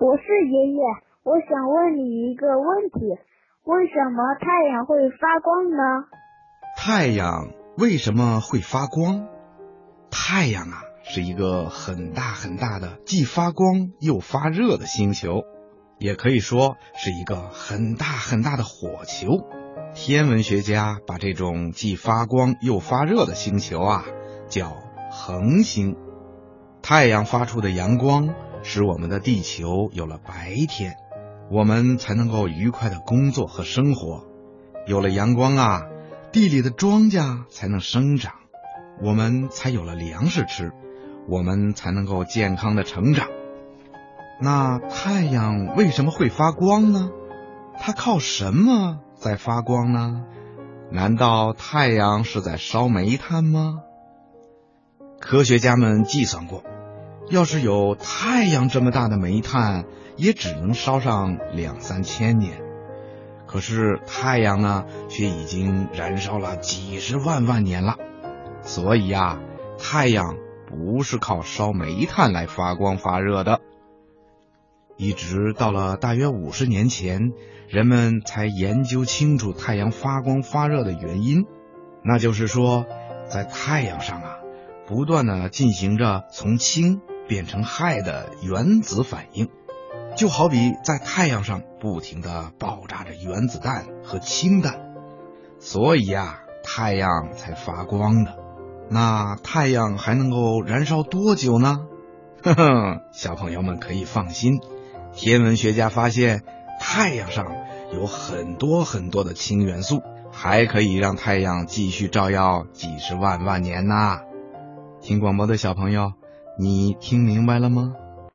博士爷爷，我想问你一个问题，为什么太阳会发光呢？ 太阳为什么会发光？太阳啊，是一个很大很大的既发光又发热的星球，也可以说是一个很大很大的火球。天文学家把这种既发光又发热的星球啊叫恒星。太阳发出的阳光使我们的地球有了白天，我们才能够愉快的工作和生活。有了阳光啊，地里的庄稼才能生长，我们才有了粮食吃，我们才能够健康的成长。那太阳为什么会发光呢？它靠什么在发光呢？难道太阳是在烧煤炭吗？科学家们计算过，要是有太阳这么大的煤炭，也只能烧上2-3千年。可是太阳呢，却已经燃烧了几十万年了。所以啊，太阳不是靠烧煤炭来发光发热的。一直到了大约50年前，人们才研究清楚太阳发光发热的原因。那就是说，在太阳上啊，不断地进行着从氢变成氦的原子反应，就好比在太阳上不停地爆炸着原子弹和氢弹，所以啊，太阳才发光的。那太阳还能够燃烧多久呢？小朋友们可以放心，天文学家发现太阳上有很多很多的氢元素，还可以让太阳继续照耀几十万年呢。听广播的小朋友，你听明白了吗？